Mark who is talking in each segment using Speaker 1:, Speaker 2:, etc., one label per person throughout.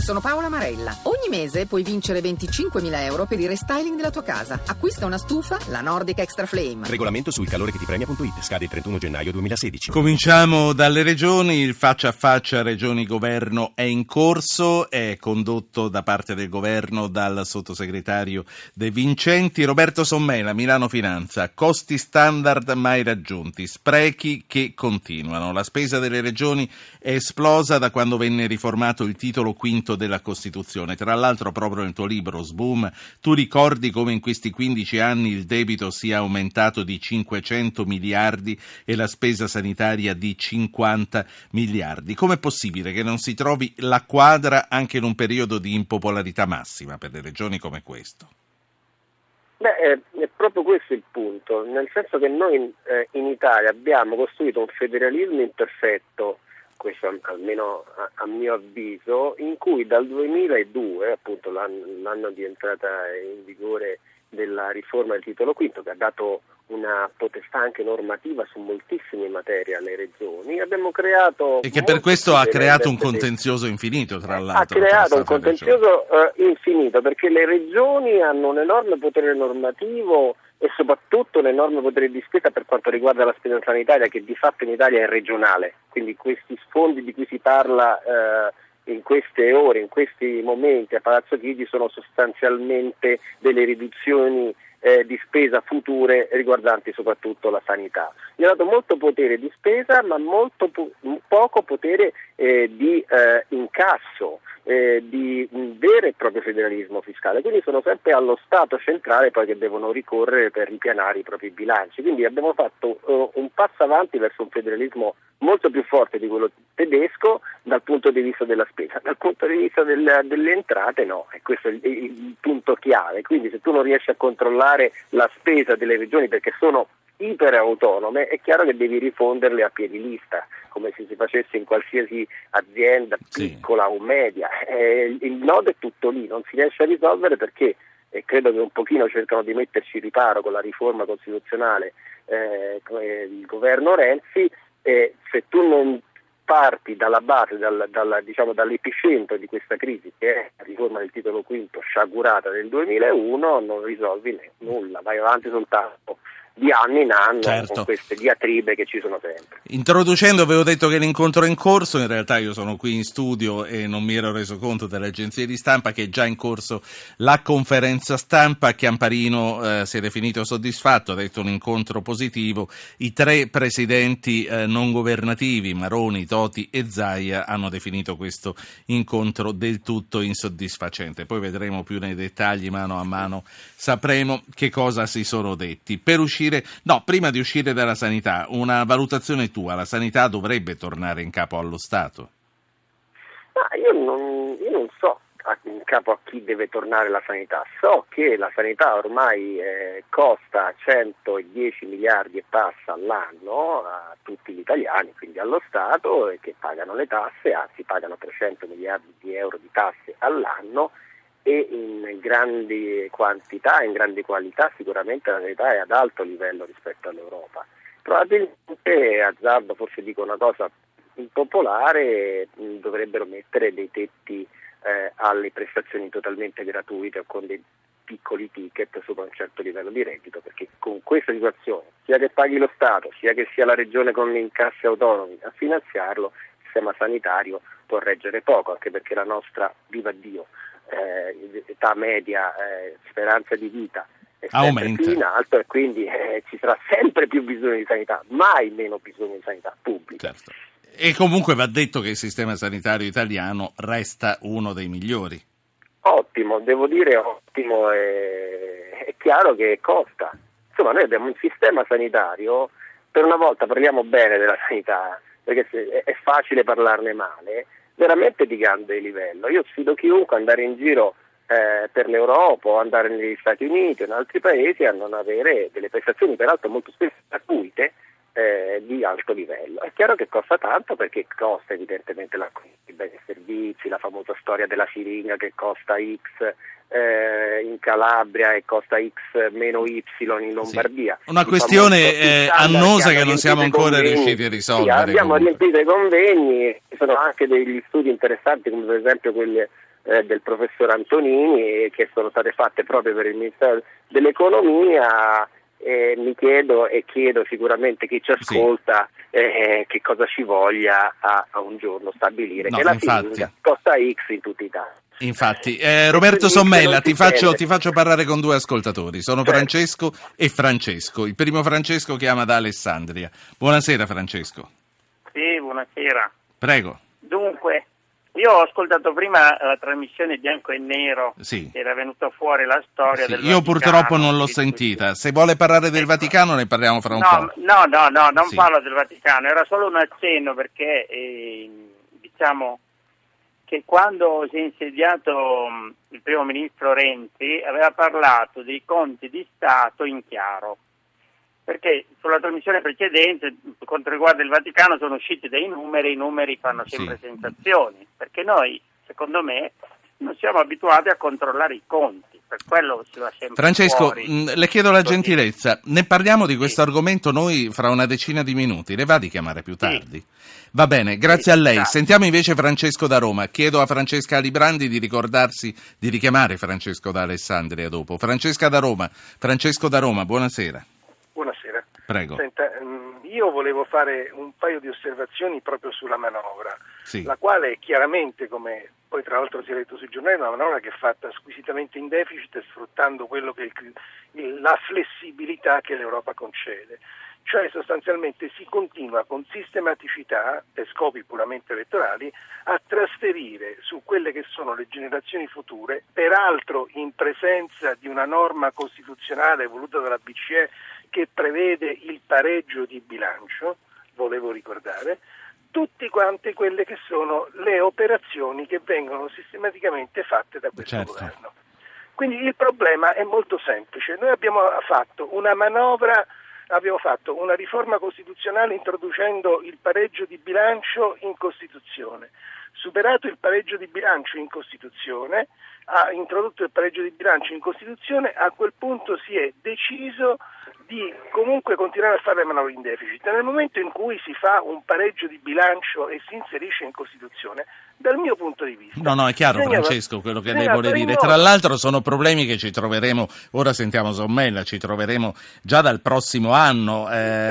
Speaker 1: Sono Paola Marella. Ogni mese puoi vincere 25.000 euro per il restyling della tua casa. Acquista una stufa, la Nordic Extra Flame.
Speaker 2: Regolamento sul calore che ti premia.it. Scade il 31 gennaio 2016.
Speaker 3: Cominciamo dalle regioni. Il faccia a faccia regioni-governo è in corso, è condotto da parte del governo dal sottosegretario De Vincenti. Roberto Sommela, Milano Finanza. Costi standard mai raggiunti, sprechi che continuano. La spesa delle regioni è esplosa da quando venne riformato il titolo quinto della Costituzione. Tra l'altro, proprio nel tuo libro Sboom tu ricordi come in questi 15 anni il debito sia aumentato di 500 miliardi e la spesa sanitaria di 50 miliardi. Com'è possibile che non si trovi la quadra anche in un periodo di impopolarità massima per le regioni come questo?
Speaker 4: È proprio questo il punto, nel senso che noi in Italia abbiamo costruito un federalismo imperfetto, questo almeno a mio avviso, in cui dal 2002, appunto l'anno di entrata in vigore della riforma del titolo quinto, che ha dato una potestà anche normativa su moltissime materie alle regioni, abbiamo creato...
Speaker 3: E che per questo ha creato un contenzioso infinito, tra l'altro.
Speaker 4: Ha creato un contenzioso infinito, perché le regioni hanno un enorme potere normativo e soprattutto un enorme potere di spesa per quanto riguarda la spesa sanitaria, che di fatto in Italia è regionale. Quindi questi fondi di cui si parla in queste ore, in questi momenti a Palazzo Chigi, sono sostanzialmente delle riduzioni di spesa future riguardanti soprattutto la sanità. Gli ha dato molto potere di spesa, ma molto poco potere di incasso, di un vero e proprio federalismo fiscale. Quindi sono sempre allo Stato centrale poi che devono ricorrere per ripianare i propri bilanci. Quindi abbiamo fatto un passo avanti verso un federalismo molto più forte di quello tedesco dal punto di vista della spesa. Dal punto di vista delle entrate no, e questo è il punto chiave. Quindi se tu non riesci a controllare la spesa delle regioni perché sono iper autonome, è chiaro che devi rifonderle a piedi lista, come se si facesse in qualsiasi azienda piccola o media. Il nodo è tutto lì, non si riesce a risolvere perché, e credo che un pochino cercano di metterci riparo con la riforma costituzionale il governo Renzi, se tu non parti dalla base, dall'epicentro di questa crisi, che è la riforma del titolo quinto sciagurata del 2001, non risolvi nulla, vai avanti soltanto di anno in anno, certo, con queste diatribe che ci sono sempre.
Speaker 3: Introducendo avevo detto che l'incontro è in corso, in realtà io sono qui in studio e non mi ero reso conto delle agenzie di stampa che è già in corso la conferenza stampa. Chiamparino si è definito soddisfatto, ha detto un incontro positivo. I tre presidenti non governativi, Maroni, Toti e Zaia, hanno definito questo incontro del tutto insoddisfacente. Poi vedremo più nei dettagli, mano a mano sapremo che cosa si sono detti. Prima di uscire dalla sanità, una valutazione tua: la sanità dovrebbe tornare in capo allo Stato?
Speaker 4: Io non so in capo a chi deve tornare la sanità. So che la sanità ormai costa 110 miliardi e passa all'anno a tutti gli italiani, quindi allo Stato, e che pagano le tasse, anzi pagano 300 miliardi di euro di tasse all'anno, e in grandi quantità, in grandi qualità. Sicuramente la sanità è ad alto livello rispetto all'Europa. Probabilmente, azzardo, forse dico una cosa impopolare, dovrebbero mettere dei tetti alle prestazioni totalmente gratuite o con dei piccoli ticket sopra un certo livello di reddito, perché con questa situazione, sia che paghi lo Stato, sia che sia la regione con gli incassi autonomi a finanziarlo, il sistema sanitario può reggere poco, anche perché la nostra, viva Dio, età media, speranza di vita è sempre più in alto, e quindi ci sarà sempre più bisogno di sanità, mai meno bisogno di sanità pubblica.
Speaker 3: Certo. E comunque va detto che il sistema sanitario italiano resta uno dei migliori.
Speaker 4: Ottimo, devo dire ottimo, è chiaro che costa. Insomma, noi abbiamo un sistema sanitario, per una volta parliamo bene della sanità, perché è facile parlarne male, veramente di grande livello. Io sfido chiunque ad andare in giro per l'Europa o andare negli Stati Uniti o in altri paesi a non avere delle prestazioni, peraltro molto spesso gratuite, di alto livello. È chiaro che costa tanto, perché costa evidentemente l'acquisto di beni e servizi, la famosa storia della siringa che costa X in Calabria e costa X meno Y in Lombardia.
Speaker 3: Sì. Una questione annosa che non siamo ancora riusciti a risolvere.
Speaker 4: Abbiamo riempito i convegni, ci sono anche degli studi interessanti, come per esempio quelli del professor Antonini, che sono state fatte proprio per il Ministero dell'Economia. Mi chiedo e chiedo sicuramente chi ci ascolta che cosa ci voglia a un giorno stabilire che la FIMIC costa X in tutta Italia.
Speaker 3: Infatti, Roberto Sommella, ti faccio parlare con due ascoltatori, sono Francesco e Francesco. Il primo Francesco chiama da Alessandria. Buonasera Francesco.
Speaker 5: Sì, buonasera.
Speaker 3: Prego.
Speaker 5: Dunque, io ho ascoltato prima la trasmissione Bianco e Nero,
Speaker 3: sì.
Speaker 5: Era venuta fuori la storia del Vaticano.
Speaker 3: Io purtroppo non l'ho sentita, se vuole parlare del Vaticano ne parliamo fra un po'.
Speaker 5: No, non parlo del Vaticano, era solo un accenno perché diciamo che quando si è insediato il primo ministro Renzi aveva parlato dei conti di Stato in chiaro, perché sulla trasmissione precedente per quanto riguarda il Vaticano sono usciti dei numeri, i numeri fanno sempre sensazioni, perché noi, secondo me, non siamo abituati a controllare i conti, per quello si va sempre
Speaker 3: Francesco,
Speaker 5: fuori.
Speaker 3: le chiedo la gentilezza, ne parliamo di questo argomento noi fra una decina di minuti, le va di chiamare più tardi? Va bene, grazie a lei. Sentiamo invece Francesco da Roma. Chiedo a Francesca Alibrandi di ricordarsi di richiamare Francesco da Alessandria dopo. Francesco da Roma, buonasera.
Speaker 6: Buonasera.
Speaker 3: Prego.
Speaker 6: Senta, io volevo fare un paio di osservazioni proprio sulla manovra, la quale è chiaramente, come poi tra l'altro si è letto sui giornali, una manovra che è fatta squisitamente in deficit, sfruttando quello che la flessibilità che l'Europa concede. Cioè sostanzialmente si continua con sistematicità, per scopi puramente elettorali, a trasferire su quelle che sono le generazioni future, peraltro in presenza di una norma costituzionale voluta dalla BCE che prevede il pareggio di bilancio, volevo ricordare, tutte quante quelle che sono le operazioni che vengono sistematicamente fatte da questo governo. Quindi il problema è molto semplice. Noi abbiamo fatto una manovra, abbiamo fatto una riforma costituzionale introducendo il pareggio di bilancio in Costituzione. Superato il pareggio di bilancio in Costituzione, ha introdotto il pareggio di bilancio in Costituzione, a quel punto si è deciso di comunque continuare a fare le manovre in deficit. Nel momento in cui si fa un pareggio di bilancio e si inserisce in Costituzione, dal mio punto di vista... No,
Speaker 3: è chiaro Francesco quello che lei vuole dire. Tra l'altro sono problemi che ci troveremo, ora sentiamo Sommella, ci troveremo già dal prossimo anno,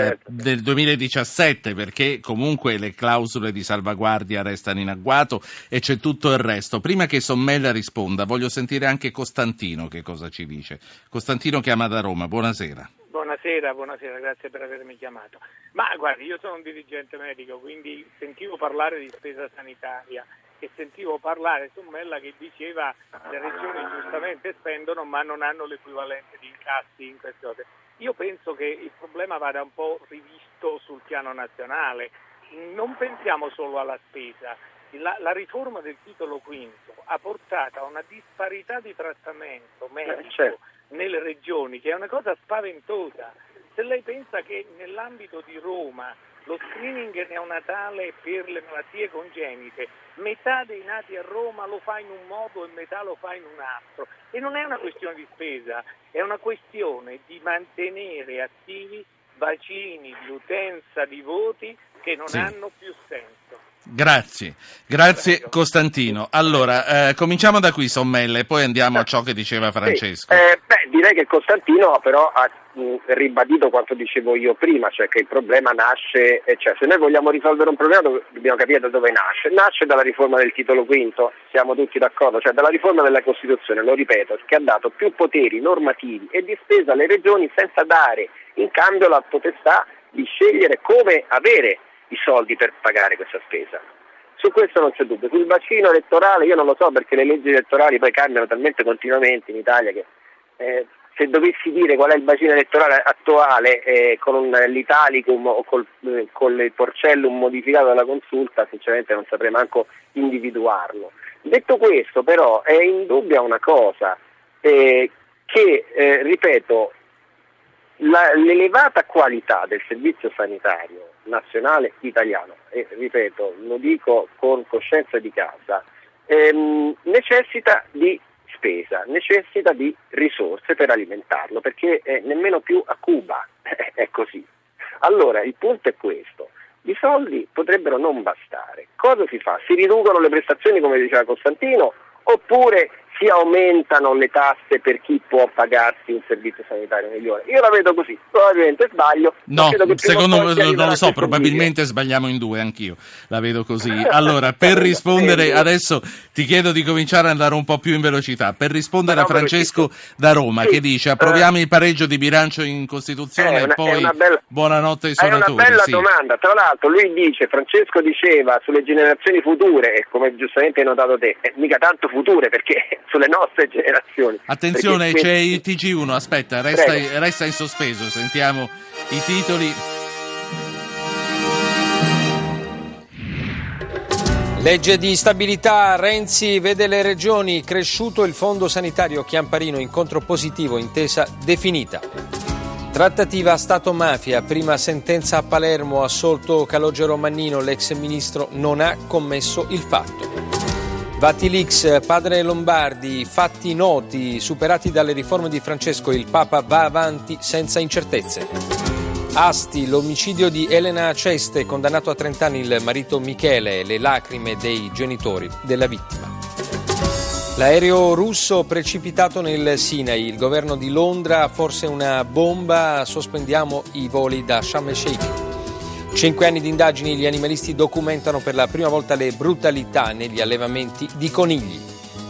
Speaker 3: del 2017, perché comunque le clausole di salvaguardia restano in agguato e c'è tutto il resto. Prima che Sommella risponda, voglio sentire anche Costantino che cosa ci dice. Costantino chiama da Roma, buonasera.
Speaker 7: Buonasera, grazie per avermi chiamato. Ma guardi, io sono un dirigente medico, quindi sentivo parlare di spesa sanitaria e sentivo parlare Sommella che diceva le regioni giustamente spendono ma non hanno l'equivalente di incassi in queste cose. Io penso che il problema vada un po' rivisto sul piano nazionale. Non pensiamo solo alla spesa. La riforma del titolo quinto ha portato a una disparità di trattamento medico nelle regioni, che è una cosa spaventosa. Se lei pensa che nell'ambito di Roma lo screening neonatale per le malattie congenite, metà dei nati a Roma lo fa in un modo e metà lo fa in un altro, e non è una questione di spesa, è una questione di mantenere attivi bacini di utenza di voti che non hanno più senso.
Speaker 3: Grazie Costantino. Allora, cominciamo da qui Sommella e poi andiamo a ciò che diceva Francesco.
Speaker 4: Direi che Costantino però ha ribadito quanto dicevo io prima, cioè che il problema nasce, se noi vogliamo risolvere un problema dobbiamo capire da dove nasce dalla riforma del titolo quinto, siamo tutti d'accordo, cioè dalla riforma della Costituzione, lo ripeto, che ha dato più poteri normativi e di spesa alle regioni senza dare in cambio la potestà di scegliere come avere i soldi per pagare questa spesa. Su questo non c'è dubbio. Sul bacino elettorale io non lo so, perché le leggi elettorali poi cambiano talmente continuamente in Italia che se dovessi dire qual è il bacino elettorale attuale con l'Italicum o con il Porcellum modificato dalla Consulta, sinceramente non saprei manco individuarlo. Detto questo però è indubbia una cosa, ripeto, l'elevata qualità del servizio sanitario nazionale italiano, e ripeto, lo dico con coscienza di causa, necessita di spesa, necessita di risorse per alimentarlo, perché nemmeno più a Cuba è così. Allora il punto è questo: i soldi potrebbero non bastare. Cosa si fa? Si riducono le prestazioni, come diceva Costantino, oppure si aumentano le tasse per chi può pagarsi un servizio sanitario migliore. Io la vedo così, probabilmente sbaglio.
Speaker 3: No, secondo me non lo so, probabilmente sbagliamo in due, anch'io la vedo così. Allora, per rispondere, adesso ti chiedo di cominciare ad andare un po' più in velocità, per rispondere a Francesco da Roma, che dice approviamo il pareggio di bilancio in Costituzione e poi buonanotte ai suonatori.
Speaker 4: È una bella domanda, tra l'altro Francesco diceva sulle generazioni future, e come giustamente hai notato te, mica tanto future, perché sulle nostre generazioni.
Speaker 3: Attenzione, c'è il TG1, aspetta, resta in sospeso, sentiamo i titoli.
Speaker 8: Legge di stabilità, Renzi vede le regioni, cresciuto il fondo sanitario, Chiamparino, incontro positivo, intesa definita. Trattativa Stato-mafia, prima sentenza a Palermo, assolto Calogero Mannino, l'ex ministro non ha commesso il fatto. Vatilix, padre Lombardi, fatti noti, superati dalle riforme di Francesco, il Papa va avanti senza incertezze. Asti, l'omicidio di Elena Ceste, condannato a 30 anni il marito Michele, le lacrime dei genitori della vittima. L'aereo russo precipitato nel Sinai, il governo di Londra, forse una bomba, sospendiamo i voli da Sharm el-Sheikh. 5 anni di indagini, gli animalisti documentano per la prima volta le brutalità negli allevamenti di conigli.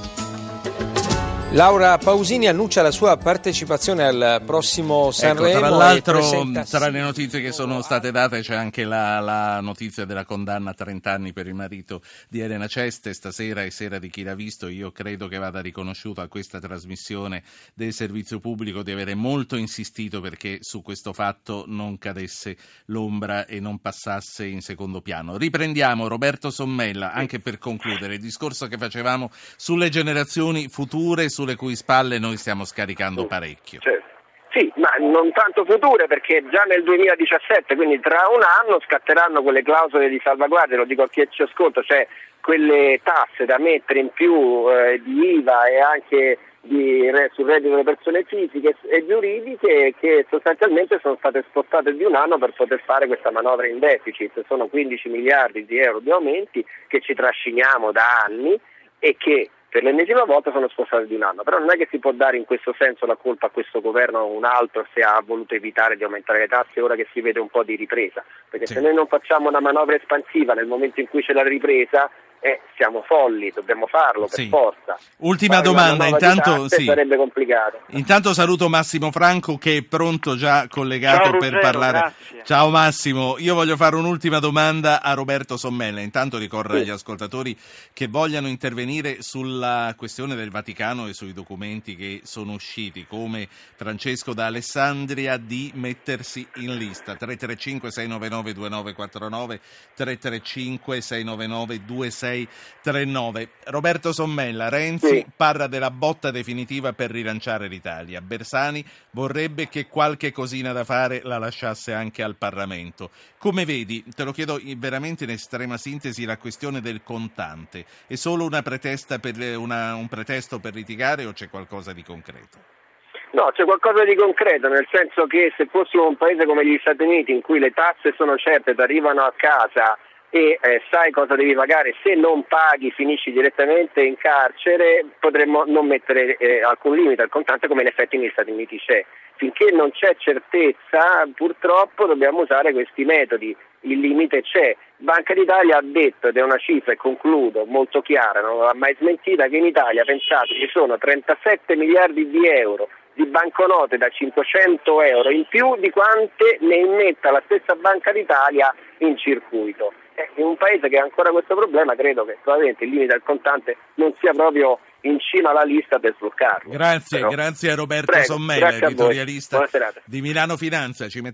Speaker 8: Laura Pausini annuncia la sua partecipazione al prossimo Sanremo.
Speaker 3: Tra l'altro, tra le notizie che sono state date c'è anche la notizia della condanna a 30 anni per il marito di Elena Ceste. Stasera è Sera di chi l'ha visto. Io credo che vada riconosciuto a questa trasmissione del servizio pubblico di avere molto insistito perché su questo fatto non cadesse l'ombra e non passasse in secondo piano. Riprendiamo, Roberto Sommella, anche per concludere il discorso che facevamo sulle generazioni future, sulle cui spalle noi stiamo scaricando parecchio.
Speaker 4: Certo. Sì, ma non tanto future, perché già nel 2017, quindi tra un anno, scatteranno quelle clausole di salvaguardia, lo dico a chi ci ascolta, cioè quelle tasse da mettere in più di IVA e anche sul reddito delle persone fisiche e giuridiche, che sostanzialmente sono state spostate di un anno per poter fare questa manovra in deficit. Sono 15 miliardi di euro di aumenti che ci trasciniamo da anni e che per l'ennesima volta sono spostate di un anno, però non è che si può dare in questo senso la colpa a questo governo o un altro se ha voluto evitare di aumentare le tasse ora che si vede un po' di ripresa, perché se noi non facciamo una manovra espansiva nel momento in cui c'è la ripresa, siamo folli, dobbiamo farlo per forza.
Speaker 3: Ultima domanda, intanto
Speaker 4: sarebbe complicato.
Speaker 3: Intanto saluto Massimo Franco che è pronto, già collegato. Ciao, per parlare. Grazie. Ciao Massimo, io voglio fare un'ultima domanda a Roberto Sommella. Intanto ricordo agli ascoltatori che vogliano intervenire sulla questione del Vaticano e sui documenti che sono usciti, come Francesco da Alessandria, di mettersi in lista. 335 699 2949 335 699 2639. Roberto Sommella, Renzi parla della botta definitiva per rilanciare l'Italia. Bersani vorrebbe che qualche cosina da fare la lasciasse anche al Parlamento. Come vedi, te lo chiedo veramente in estrema sintesi, la questione del contante è solo una pretesta un pretesto per litigare o c'è qualcosa di concreto?
Speaker 4: No, c'è qualcosa di concreto, nel senso che se fossimo un paese come gli Stati Uniti in cui le tasse sono certe, ti arrivano a casa e sai cosa devi pagare, se non paghi finisci direttamente in carcere, potremmo non mettere alcun limite al contante, come in effetti negli Stati Uniti c'è. Finché non c'è certezza, purtroppo dobbiamo usare questi metodi, il limite c'è. Banca d'Italia ha detto, ed è una cifra, e concludo, molto chiara, non l'ha mai smentita, che in Italia, pensate, ci sono 37 miliardi di euro di banconote da 500 euro in più di quante ne immetta la stessa Banca d'Italia in circuito. In un paese che ha ancora questo problema, credo che probabilmente il limite al contante non sia proprio in cima alla lista per sbloccarlo.
Speaker 3: Grazie a Roberto Sommella, editorialista di Milano Finanza.